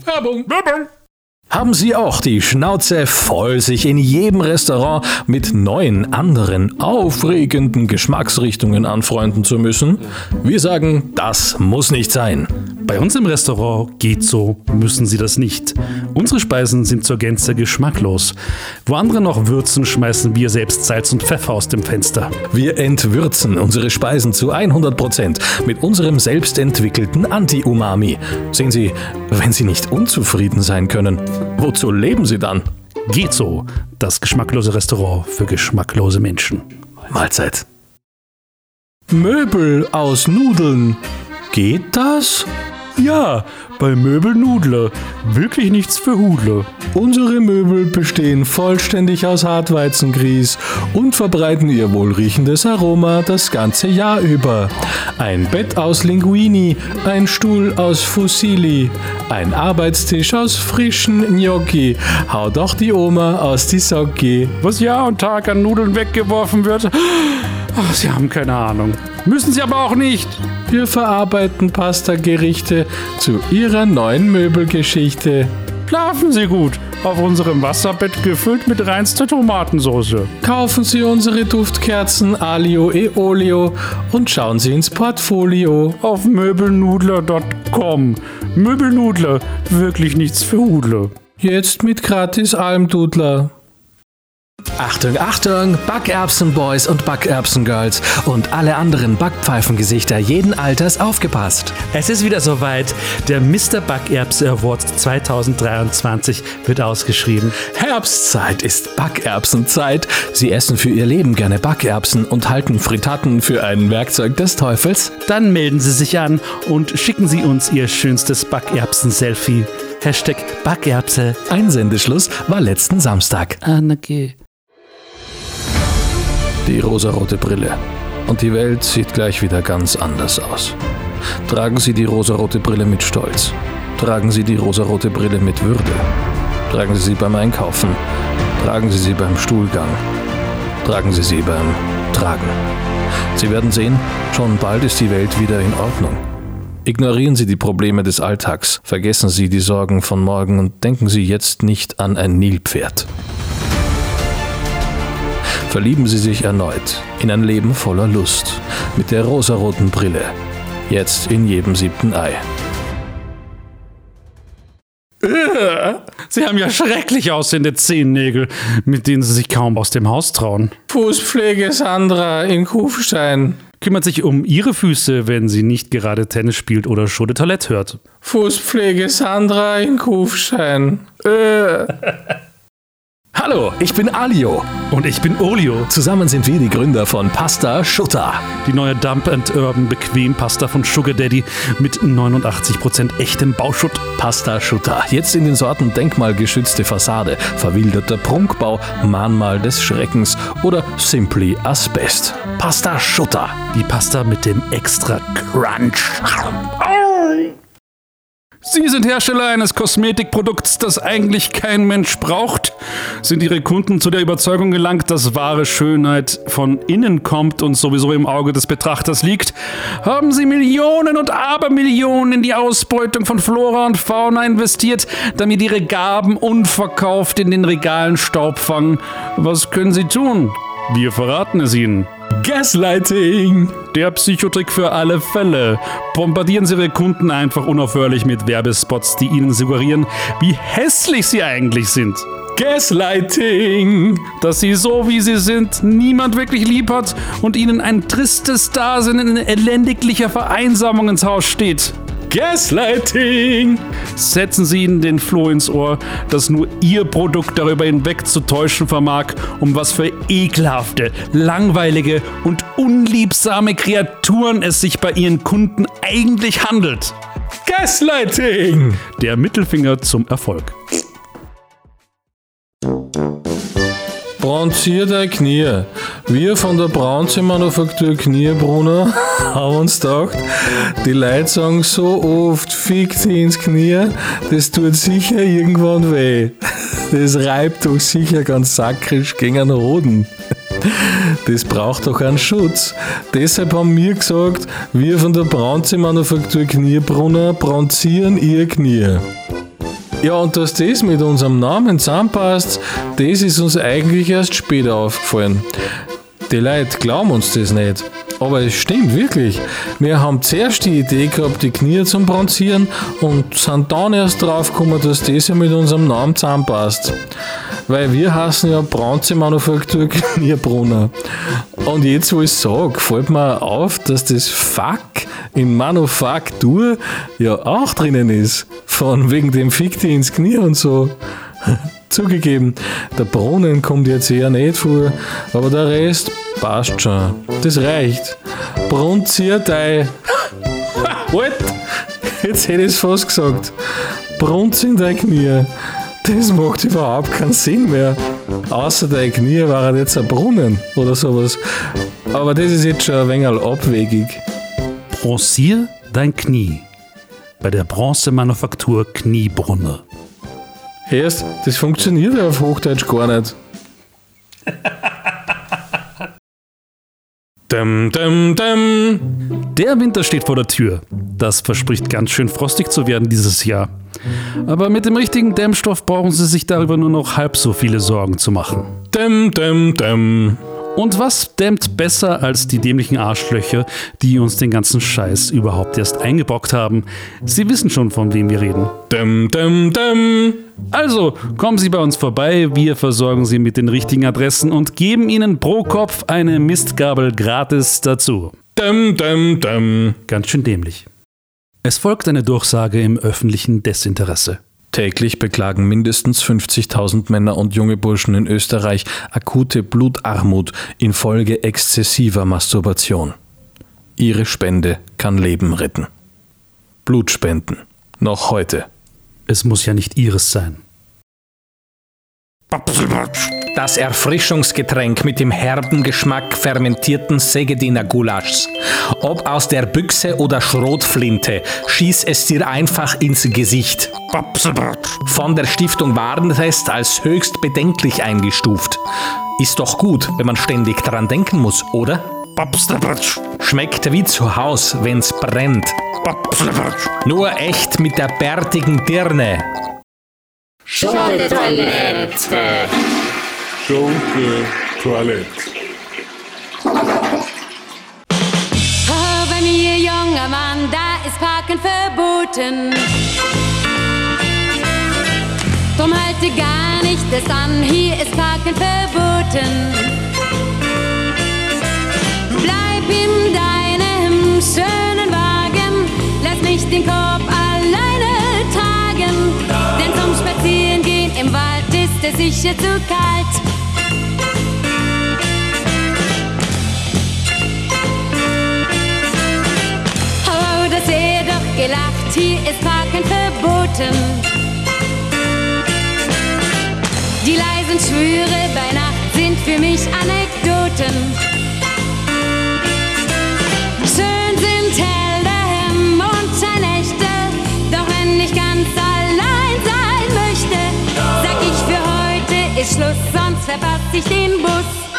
Haben Sie auch die Schnauze voll, sich in jedem Restaurant mit neuen, anderen, aufregenden Geschmacksrichtungen anfreunden zu müssen? Wir sagen, das muss nicht sein. Bei uns im Restaurant geht so, müssen Sie das nicht. Unsere Speisen sind zur Gänze geschmacklos. Wo andere noch würzen, schmeißen wir selbst Salz und Pfeffer aus dem Fenster. Wir entwürzen unsere Speisen zu 100% mit unserem selbst entwickelten Anti-Umami. Sehen Sie, wenn Sie nicht unzufrieden sein können, wozu leben Sie dann? Geht so, das geschmacklose Restaurant für geschmacklose Menschen. Mahlzeit. Möbel aus Nudeln. Geht das? Ja, bei Möbelnudler. Wirklich nichts für Hudler. Unsere Möbel bestehen vollständig aus Hartweizengrieß und verbreiten ihr wohlriechendes Aroma das ganze Jahr über. Ein Bett aus Linguini, ein Stuhl aus Fusilli, ein Arbeitstisch aus frischen Gnocchi. Hau doch die Oma aus die Socki. Was Jahr und Tag an Nudeln weggeworfen wird. Ach, Sie haben keine Ahnung. Müssen Sie aber auch nicht. Wir verarbeiten Pasta-Gerichte zu Ihrer neuen Möbelgeschichte. Schlafen Sie gut auf unserem Wasserbett gefüllt mit reinster Tomatensauce. Kaufen Sie unsere Duftkerzen Alio e Olio und schauen Sie ins Portfolio. Auf möbelnudler.com. Möbelnudler, wirklich nichts für Hudler. Jetzt mit gratis Almdudler. Achtung, Achtung, Backerbsen-Boys und Backerbsen-Girls und alle anderen Backpfeifengesichter jeden Alters aufgepasst. Es ist wieder soweit. Der Mr. Backerbse Award 2023 wird ausgeschrieben. Herbstzeit ist Backerbsenzeit. Sie essen für ihr Leben gerne Backerbsen und halten Frittaten für ein Werkzeug des Teufels. Dann melden Sie sich an und schicken Sie uns Ihr schönstes Backerbsen-Selfie. Hashtag Backerbse. Einsendeschluss war letzten Samstag. Okay. Die rosarote Brille. Und die Welt sieht gleich wieder ganz anders aus. Tragen Sie die rosarote Brille mit Stolz. Tragen Sie die rosarote Brille mit Würde. Tragen Sie sie beim Einkaufen. Tragen Sie sie beim Stuhlgang. Tragen Sie sie beim Tragen. Sie werden sehen, schon bald ist die Welt wieder in Ordnung. Ignorieren Sie die Probleme des Alltags, vergessen Sie die Sorgen von morgen und denken Sie jetzt nicht an ein Nilpferd. Verlieben Sie sich erneut in ein Leben voller Lust mit der rosaroten Brille. Jetzt in jedem 7. Ei. Sie haben ja schrecklich aussehende Zehennägel, mit denen Sie sich kaum aus dem Haus trauen. Fußpflege Sandra in Kufstein. Kümmert sich um Ihre Füße, wenn sie nicht gerade Tennis spielt oder Show de Toilette hört. Fußpflege Sandra in Kufstein. Hallo, ich bin Alio. Und ich bin Olio. Zusammen sind wir die Gründer von Pasta Schutter. Die neue Dump & Urban Bequempasta von Sugar Daddy mit 89% echtem Bauschutt. Pasta Schutter. Jetzt in den Sorten denkmalgeschützte Fassade, verwilderter Prunkbau, Mahnmal des Schreckens oder Simply Asbest. Pasta Schutter. Die Pasta mit dem extra Crunch. Sie sind Hersteller eines Kosmetikprodukts, das eigentlich kein Mensch braucht? Sind Ihre Kunden zu der Überzeugung gelangt, dass wahre Schönheit von innen kommt und sowieso im Auge des Betrachters liegt? Haben Sie Millionen und Abermillionen in die Ausbeutung von Flora und Fauna investiert, damit Ihre Gaben unverkauft in den Regalen Staub fangen? Was können Sie tun? Wir verraten es Ihnen. Gaslighting! Der Psychotrick für alle Fälle. Bombardieren Sie Ihre Kunden einfach unaufhörlich mit Werbespots, die Ihnen suggerieren, wie hässlich Sie eigentlich sind. Gaslighting! Dass Sie so wie Sie sind niemand wirklich lieb hat und Ihnen ein tristes Dasein in elendiglicher Vereinsamung ins Haus steht. Gaslighting! Setzen Sie ihnen den Floh ins Ohr, dass nur Ihr Produkt darüber hinweg zu täuschen vermag, um was für ekelhafte, langweilige und unliebsame Kreaturen es sich bei Ihren Kunden eigentlich handelt. Gaslighting! Der Mittelfinger zum Erfolg. Bronzier dein Knie. Wir von der Bronzemanufaktur Kniebrunner haben uns gedacht, die Leute sagen so oft, fick dich ins Knie, das tut sicher irgendwann weh. Das reibt doch sicher ganz sakrisch gegen einen Hoden. Das braucht doch einen Schutz. Deshalb haben wir gesagt, wir von der Bronzemanufaktur Kniebrunner bronzieren ihr Knie. Ja, und dass das mit unserem Namen zusammenpasst, das ist uns eigentlich erst später aufgefallen. Die Leute glauben uns das nicht. Aber es stimmt wirklich. Wir haben zuerst die Idee gehabt, die Knie zum Bronzieren und sind dann erst drauf gekommen, dass das ja mit unserem Namen zusammenpasst. Weil wir heißen ja Bronzemanufaktur Kniebrunner. Und jetzt, wo ich es sage, fällt mir auf, dass das Fuck in Manufaktur ja auch drinnen ist. Von wegen dem Fick dich ins Knie und so. Zugegeben, der Brunnen kommt jetzt eher nicht vor, aber der Rest passt schon. Das reicht. Bronzier dein... Halt! Jetzt hätte ich es fast gesagt. Brunz in dein Knie. Das macht überhaupt keinen Sinn mehr. Außer dein Knie war jetzt ein Brunnen oder sowas. Aber das ist jetzt schon ein wenig abwegig. Bronzier dein Knie. Bei der Bronzemanufaktur Kniebrunner. Erst, das funktioniert ja auf Hochdeutsch gar nicht. Dum, dum, dum. Der Winter steht vor der Tür. Das verspricht ganz schön frostig zu werden dieses Jahr. Aber mit dem richtigen Dämmstoff brauchen Sie sich darüber nur noch halb so viele Sorgen zu machen. Dämm, dämm, dämm. Und was dämmt besser als die dämlichen Arschlöcher, die uns den ganzen Scheiß überhaupt erst eingebrockt haben? Sie wissen schon, von wem wir reden. Dämm, dämm, dämm. Also, kommen Sie bei uns vorbei, wir versorgen Sie mit den richtigen Adressen und geben Ihnen pro Kopf eine Mistgabel gratis dazu. Dämm, dämm, dämm. Ganz schön dämlich. Es folgt eine Durchsage im öffentlichen Desinteresse. Täglich beklagen mindestens 50.000 Männer und junge Burschen in Österreich akute Blutarmut infolge exzessiver Masturbation. Ihre Spende kann Leben retten. Blutspenden. Noch heute. Es muss ja nicht Ihres sein. Das Erfrischungsgetränk mit dem herben Geschmack fermentierten Segediner Gulaschs. Ob aus der Büchse oder Schrotflinte, schieß es dir einfach ins Gesicht. Von der Stiftung Warentest als höchst bedenklich eingestuft. Ist doch gut, wenn man ständig dran denken muss, oder? Schmeckt wie zu Haus, wenn's brennt. Nur echt mit der bärtigen Dirne. Schunke-Toilette. Schunke-Toilette. Oh, bei mir, junger Mann, da ist Parken verboten. Drum halte gar nicht es an, hier ist Parken verboten. Bleib in deinem schönen Wagen, lass nicht den Korb alleine tragen. Denn zum Spazierengehen im Wald ist es sicher zu kalt. Oh, das wär doch gelacht, hier ist Parken verboten. Die leisen Schwüre bei Nacht sind für mich Anekdoten. Schön sind helle Mondscheinnächte, doch wenn ich verpasse ich den Bus.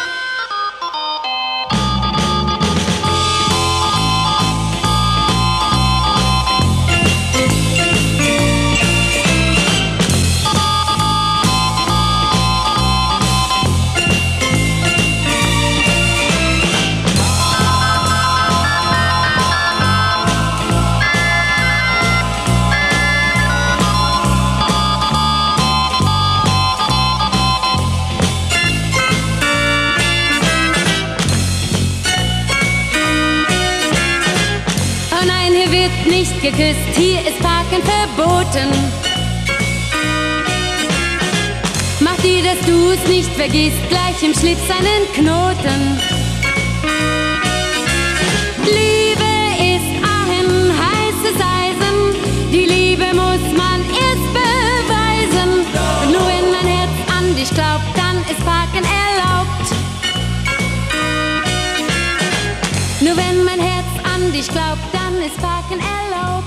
Nicht geküsst, hier ist Parken verboten. Mach dir, dass du es nicht vergisst, gleich im Schlips einen Knoten. Liebe ist ein heißes Eisen, die Liebe muss man erst beweisen. Und nur wenn mein Herz an dich glaubt, dann ist Parken erlaubt. Nur wenn mein Herz an dich glaubt, dann ist Parken erlaubt.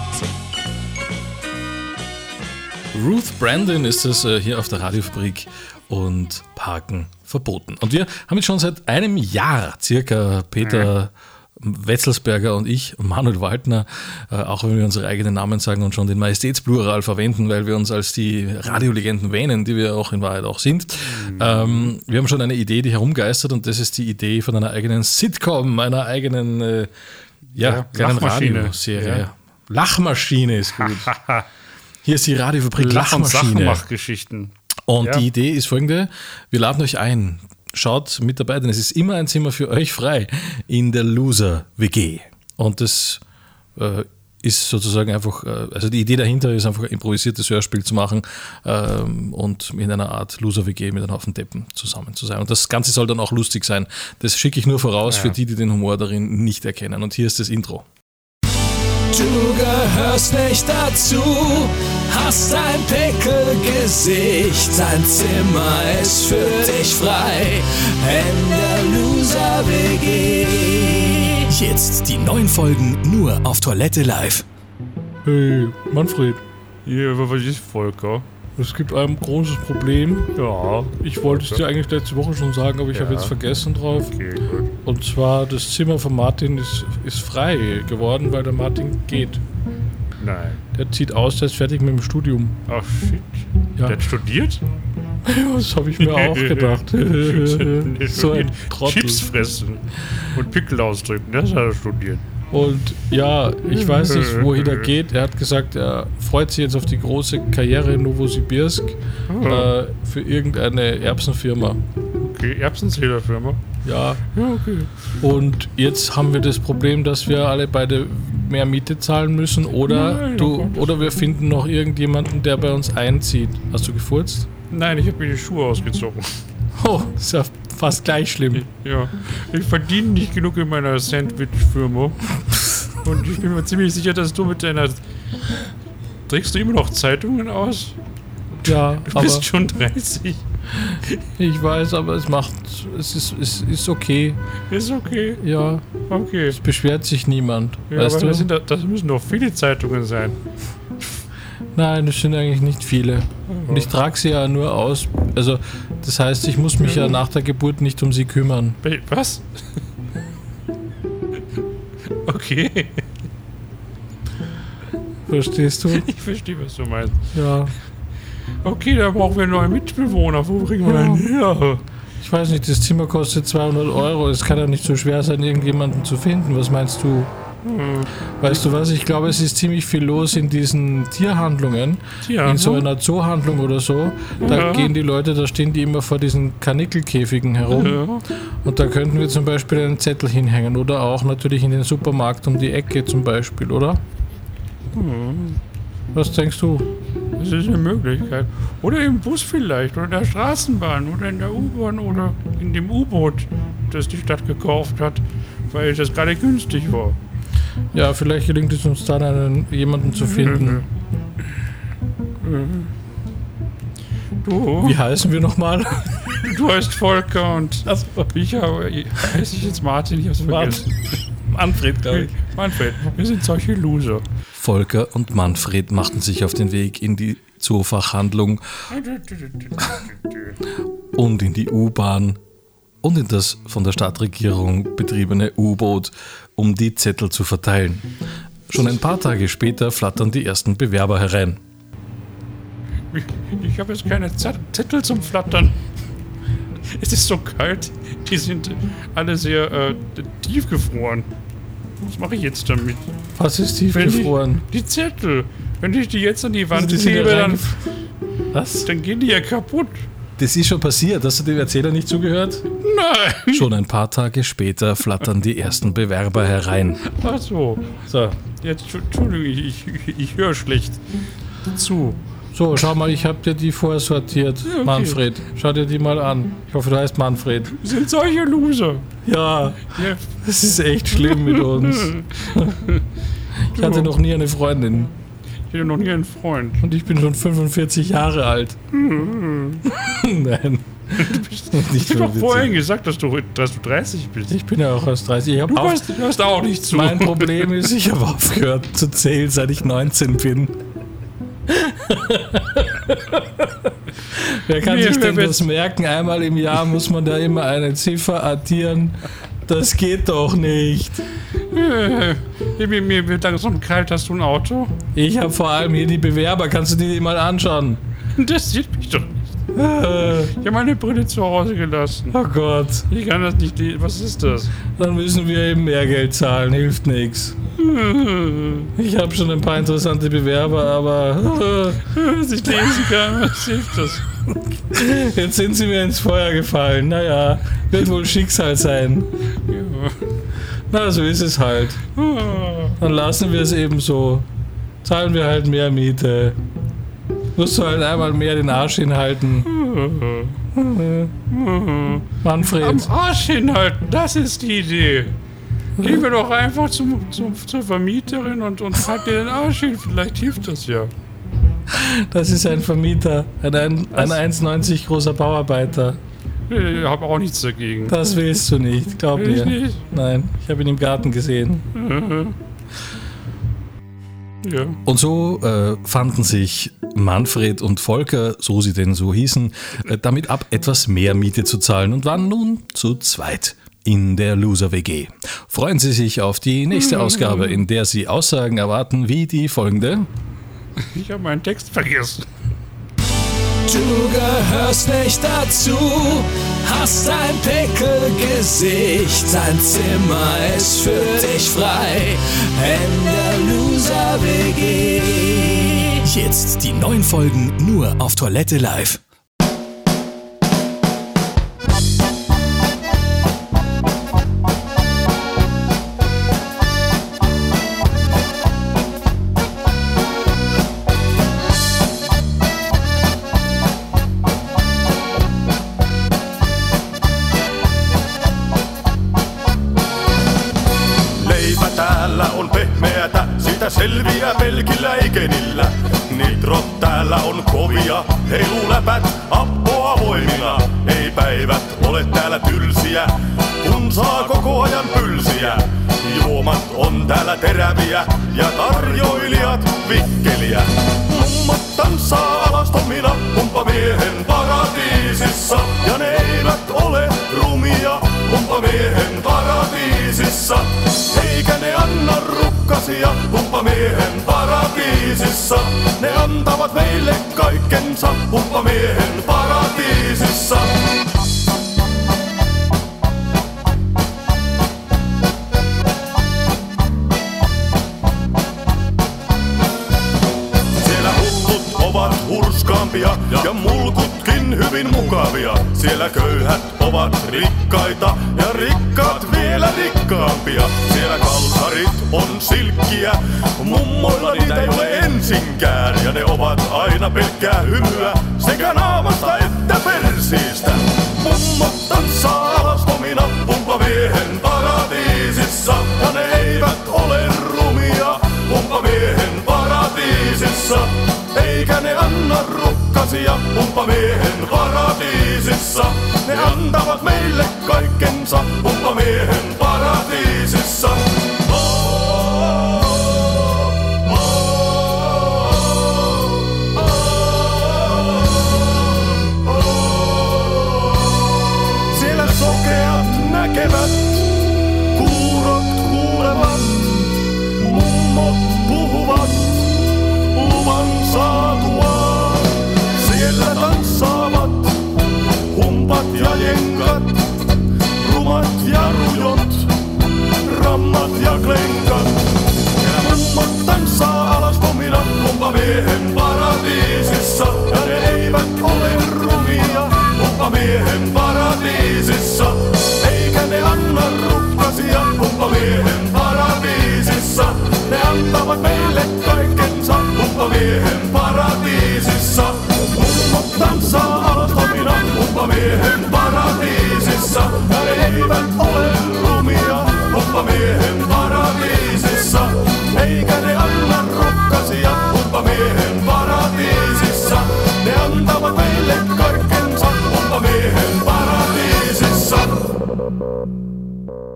Ruth Brandon ist es hier auf der Radiofabrik und Parken verboten. Und wir haben jetzt schon seit einem Jahr circa Peter Wetzelsberger und ich, Manuel Waldner, auch wenn wir unsere eigenen Namen sagen und schon den Majestätsplural verwenden, weil wir uns als die Radiolegenden wähnen, die wir auch in Wahrheit auch sind. Wir haben schon eine Idee, die herumgeistert, und das ist die Idee von einer eigenen Sitcom, einer eigenen kleinen Radioserie. Ja. Lachmaschine ist gut. Hier ist die Radiofabrik Lachmaschine. Lach-und-Sachmach-Geschichten. Und die Idee ist folgende: Wir laden euch ein. Schaut mit dabei, denn es ist immer ein Zimmer für euch frei in der Loser-WG. Und das ist sozusagen einfach, also die Idee dahinter ist einfach ein improvisiertes Hörspiel zu machen und in einer Art Loser-WG mit einem Haufen Deppen zusammen zu sein. Und das Ganze soll dann auch lustig sein. Das schicke ich nur voraus für die den Humor darin nicht erkennen. Und hier ist das Intro. Du gehörst nicht dazu, hast ein Pickelgesicht, dein Zimmer ist für dich frei, in der Loser-WG. Jetzt die neuen Folgen nur auf Toilette Live. Hey, Manfred. Ja, was ist Volker? Es gibt ein großes Problem. Ja. Ich wollte es dir eigentlich letzte Woche schon sagen, aber ich habe jetzt vergessen drauf. Okay, gut. Und zwar, das Zimmer von Martin ist frei geworden, weil der Martin geht. Nein. Der zieht aus, der ist fertig mit dem Studium. Ach, shit. Ja. Der hat studiert? Das habe ich mir auch gedacht. So ein Trottel. Chips fressen und Pickel ausdrücken, das hat er studiert. Und ja, ich weiß nicht, wohin er geht. Er hat gesagt, er freut sich jetzt auf die große Karriere in Novosibirsk für irgendeine Erbsenfirma. Okay, Erbsenzählerfirma? Ja. Ja, okay. Und jetzt haben wir das Problem, dass wir alle beide mehr Miete zahlen müssen oder wir finden noch irgendjemanden, der bei uns einzieht. Hast du gefurzt? Nein, ich habe mir die Schuhe ausgezogen. Oh, das ist ja fast gleich schlimm. Ja, ich verdiene nicht genug in meiner Sandwich-Firma. Und ich bin mir ziemlich sicher, dass du mit deiner... Trägst du immer noch Zeitungen aus? Ja, du bist schon 30. Ich weiß, aber es ist okay. Ist okay? Ja. Okay. Es beschwert sich niemand. Ja, weißt aber du? das müssen doch viele Zeitungen sein. Nein, das sind eigentlich nicht viele. Und ich trage sie ja nur aus. Also, das heißt, ich muss mich ja nach der Geburt nicht um sie kümmern. Was? Okay. Verstehst du? Ich verstehe, was du meinst. Ja. Okay, da brauchen wir einen neuen Mitbewohner. Wo bringen wir denn her? Ich weiß nicht, das Zimmer kostet 200 €. Es kann ja nicht so schwer sein, irgendjemanden zu finden. Was meinst du? Weißt du was? Ich glaube, es ist ziemlich viel los in diesen Tierhandlungen. In so einer Zoohandlung oder so. Da gehen die Leute, da stehen die immer vor diesen Kanickelkäfigen herum. Ja. Und da könnten wir zum Beispiel einen Zettel hinhängen. Oder auch natürlich in den Supermarkt um die Ecke zum Beispiel, oder? Was denkst du? Das ist eine Möglichkeit. Oder im Bus vielleicht, oder in der Straßenbahn, oder in der U-Bahn, oder in dem U-Boot, das die Stadt gekauft hat, weil das gerade günstig war. Ja, vielleicht gelingt es uns dann, jemanden zu finden. Du? Wie heißen wir nochmal? Du heißt Volker und ich heiße jetzt Martin, ich hab's vergessen. Manfred, glaube ich. Manfred, wir sind solche Loser. Volker und Manfred machten sich auf den Weg in die Zoofachhandlung und in die U-Bahn und in das von der Stadtregierung betriebene U-Boot, um die Zettel zu verteilen. Schon ein paar Tage später flattern die ersten Bewerber herein. Ich habe jetzt keine Zettel zum Flattern. Es ist so kalt. Die sind alle sehr tiefgefroren. Was mache ich jetzt damit? Was ist tiefgefroren? Die Zettel. Wenn ich die jetzt an die Wand Also klebe, dann gehen die ja kaputt. Das ist schon passiert. Hast du dem Erzähler nicht zugehört? Nein. Schon ein paar Tage später flattern die ersten Bewerber herein. Ach so. Jetzt, Entschuldigung, ich höre schlecht zu. So, schau mal, ich habe dir die vorsortiert, Ja, okay. Manfred. Schau dir die mal an. Ich hoffe, du heißt Manfred. Sind solche Loser. Ja, das ist echt schlimm mit uns. Ich hatte noch nie eine Freundin. Ich hatte noch nie einen Freund. Und ich bin schon 45 Jahre alt. Nein. Du hast doch vorhin gesagt, dass du 30 bist. Ich bin ja auch erst 30. Du hörst auch nicht zu. Mein Problem ist, ich habe aufgehört zu zählen, seit ich 19 bin. Wer kann sich denn das merken? Einmal im Jahr muss man da immer eine Ziffer addieren. Das geht doch nicht. Mir wird langsam kalt. Hast du ein Auto? Ich habe vor allem hier die Bewerber. Kannst du die mal anschauen? Das sieht mich doch nicht. Ich habe meine Brille zu Hause gelassen. Oh Gott. Ich kann das nicht lesen. Was ist das? Dann müssen wir eben mehr Geld zahlen. Hilft nichts. Ich habe schon ein paar interessante Bewerber, aber was ich lesen kann, was hilft das? Jetzt sind sie mir ins Feuer gefallen. Naja, wird wohl Schicksal sein. Ja. Na, so ist es halt. Dann lassen wir es eben so. Zahlen wir halt mehr Miete. Musst du halt einmal mehr den Arsch hinhalten. Manfred. Am Arsch hinhalten, das ist die Idee. Gehen wir doch einfach zur Vermieterin und halt dir den Arsch hin. Vielleicht hilft das ja. Das ist ein Vermieter. Ein 1,90 großer Bauarbeiter. Ich habe auch nichts dagegen. Das willst du nicht, glaub Will ich mir. nicht? Nein, ich habe ihn im Garten gesehen. Ja. Und so fanden sich Manfred und Volker, so sie denn so hießen, damit ab, etwas mehr Miete zu zahlen und waren nun zu zweit in der Loser-WG. Freuen Sie sich auf die nächste Ausgabe, in der Sie Aussagen erwarten wie die folgende. Ich habe meinen Text vergessen. Du gehörst nicht dazu, hast ein Pickelgesicht, dein Zimmer ist für dich frei, in der Loser-WG. Jetzt die neuen Folgen nur auf Toilette Live. Selviä pelkillä ikenillä. Nitrot täällä on kovia, heiluläpät appoavoimina. Ei päivät ole täällä tylsiä, kun saa koko ajan pylsiä. Juomat on täällä teräviä ja tarjoilijat vikkeliä. Mummot tanssaa alastomina humppamiehen paratiisissa. Ja ne eivät ole rumia humppamiehen paratiisissa. Eikä ne anna rukkasia humppamiehen paratiisissa. Ne antavat meille kaikkensa humppamiehen paratiisissa. Siellä hullut ovat hurskaampia ja mulkutkin hyvin mukavia. Siellä köyhät ovat rikkaita ja rikkaat vielä rikkaampia. Siellä kalsarit on silkkiä, mummoilla niitä ei ole ensinkään. Ja ne ovat aina pelkkää hymyä sekä naamasta että persiistä. Mummot tanssaa alastomina humppamiehen paratiisissa. Ja ne eivät ole rumia humppamiehen paratiisissa. Eikä ne anna rukkasia humppamiehen paratiisissa. Ne antavat meille kaikkensa humppamiehen paratiisissa.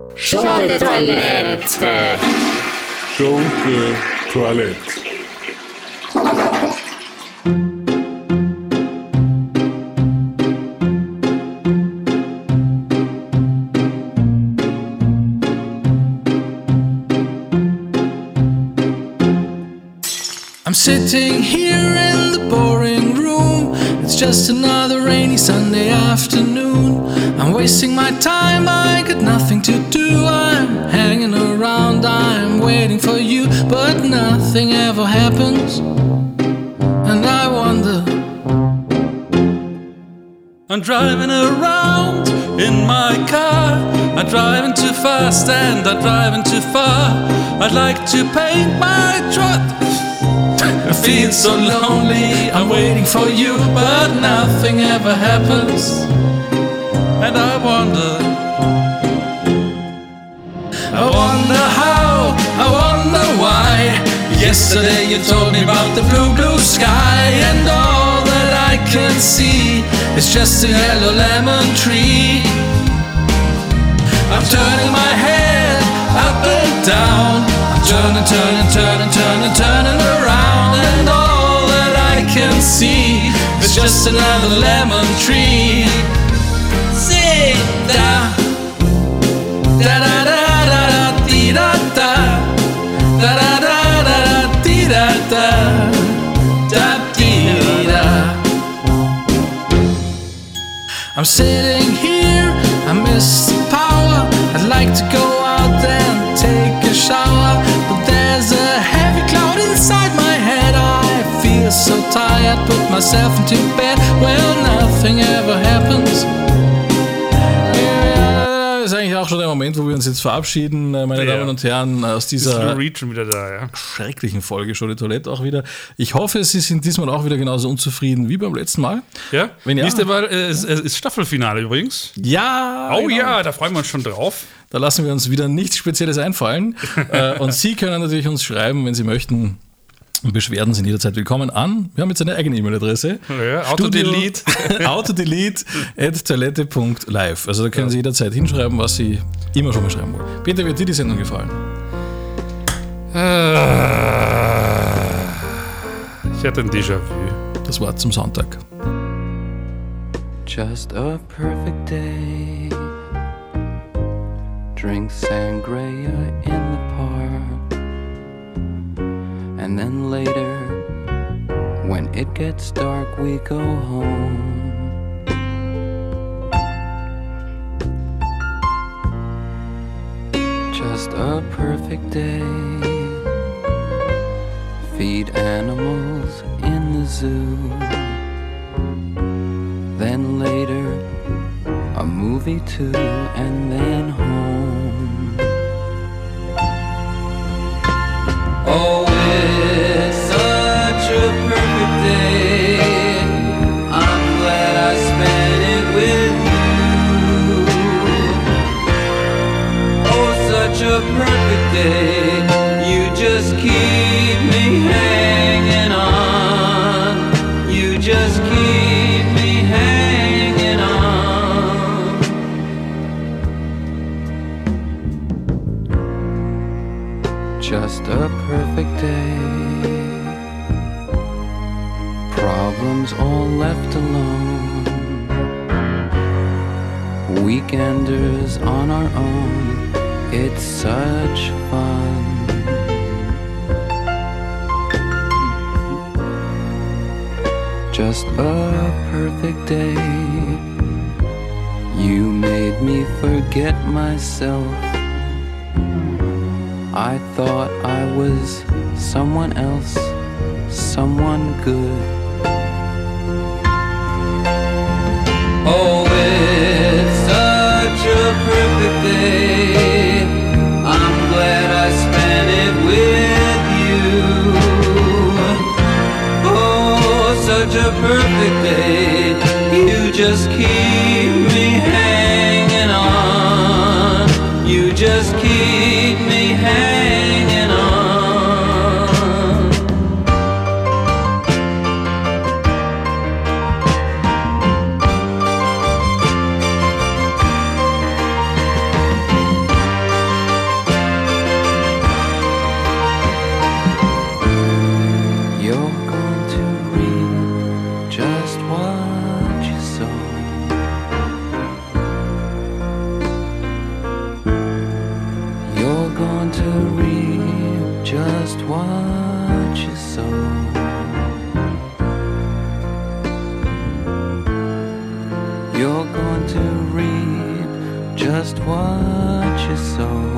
Schunke-Toilette. Schunke-Toilette. I'm sitting here in the boring room. It's just another rainy Sunday afternoon. I'm wasting my time, I got nothing to do. I'm hanging around, I'm waiting for you, but nothing ever happens. And I wonder. I'm driving around in my car. I'm driving too fast and I'm driving too far. I'd like to paint my truck. I feel so lonely, I'm waiting for you, but nothing ever happens. And I wonder how, I wonder why. Yesterday you told me about the blue, blue sky, and all that I can see is just a yellow lemon tree. I'm turning my head up and down. I'm turning, turning, turning, turning, turning around, and all that I can see is just another lemon tree. Sing da da da da da da dee da da da da da da da dee da da da dee da. I'm sitting here, I miss the power. I'd like to go out and take a shower, but there's a heavy cloud inside my head. I feel so tired, put myself into bed. Well, nothing ever happens. Das ist eigentlich auch schon der Moment, wo wir uns jetzt verabschieden, meine Damen und Herren, aus dieser wieder da, schrecklichen Folge Show de Toilette auch wieder. Ich hoffe, Sie sind diesmal auch wieder genauso unzufrieden wie beim letzten Mal. Ja, wenn ja, nächste Mal ist Staffelfinale übrigens. Ja. Oh genau. Ja, da freuen wir uns schon drauf. Da lassen wir uns wieder nichts Spezielles einfallen. Und Sie können natürlich uns schreiben, wenn Sie möchten. Beschwerden sind jederzeit willkommen an. Wir haben jetzt eine eigene E-Mail-Adresse. Ja, autodelete@toilette.live. Also da können Sie jederzeit hinschreiben, was Sie immer schon mal schreiben wollen. Peter, wird dir die Sendung gefallen? Ich hatte ein Déjà-vu. Das war zum Sonntag. Just a perfect day. Drink sangria in the park. And then later, when it gets dark, we go home. Just a perfect day. Feed animals in the zoo. Then later, a movie too, and then home. Oh, it's such a perfect day. I'm glad I spent it with you. Oh, such a perfect day. You just keep me hanging on. You just keep me hanging on. Just a perfect day. Problems all left alone. Weekenders on our own. It's such fun. Just a perfect day. You made me forget myself. I thought I was someone else, someone good. Oh, it's such a perfect day. I'm glad I spent it with you. Oh, such a perfect day. You just keep me hanging on. You just keep me hanging on. what you sow. You're going to reap just what you sow. You're going to reap just what you sow.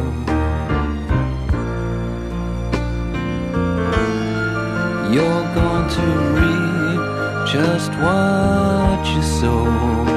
You're going to reap just what you sow.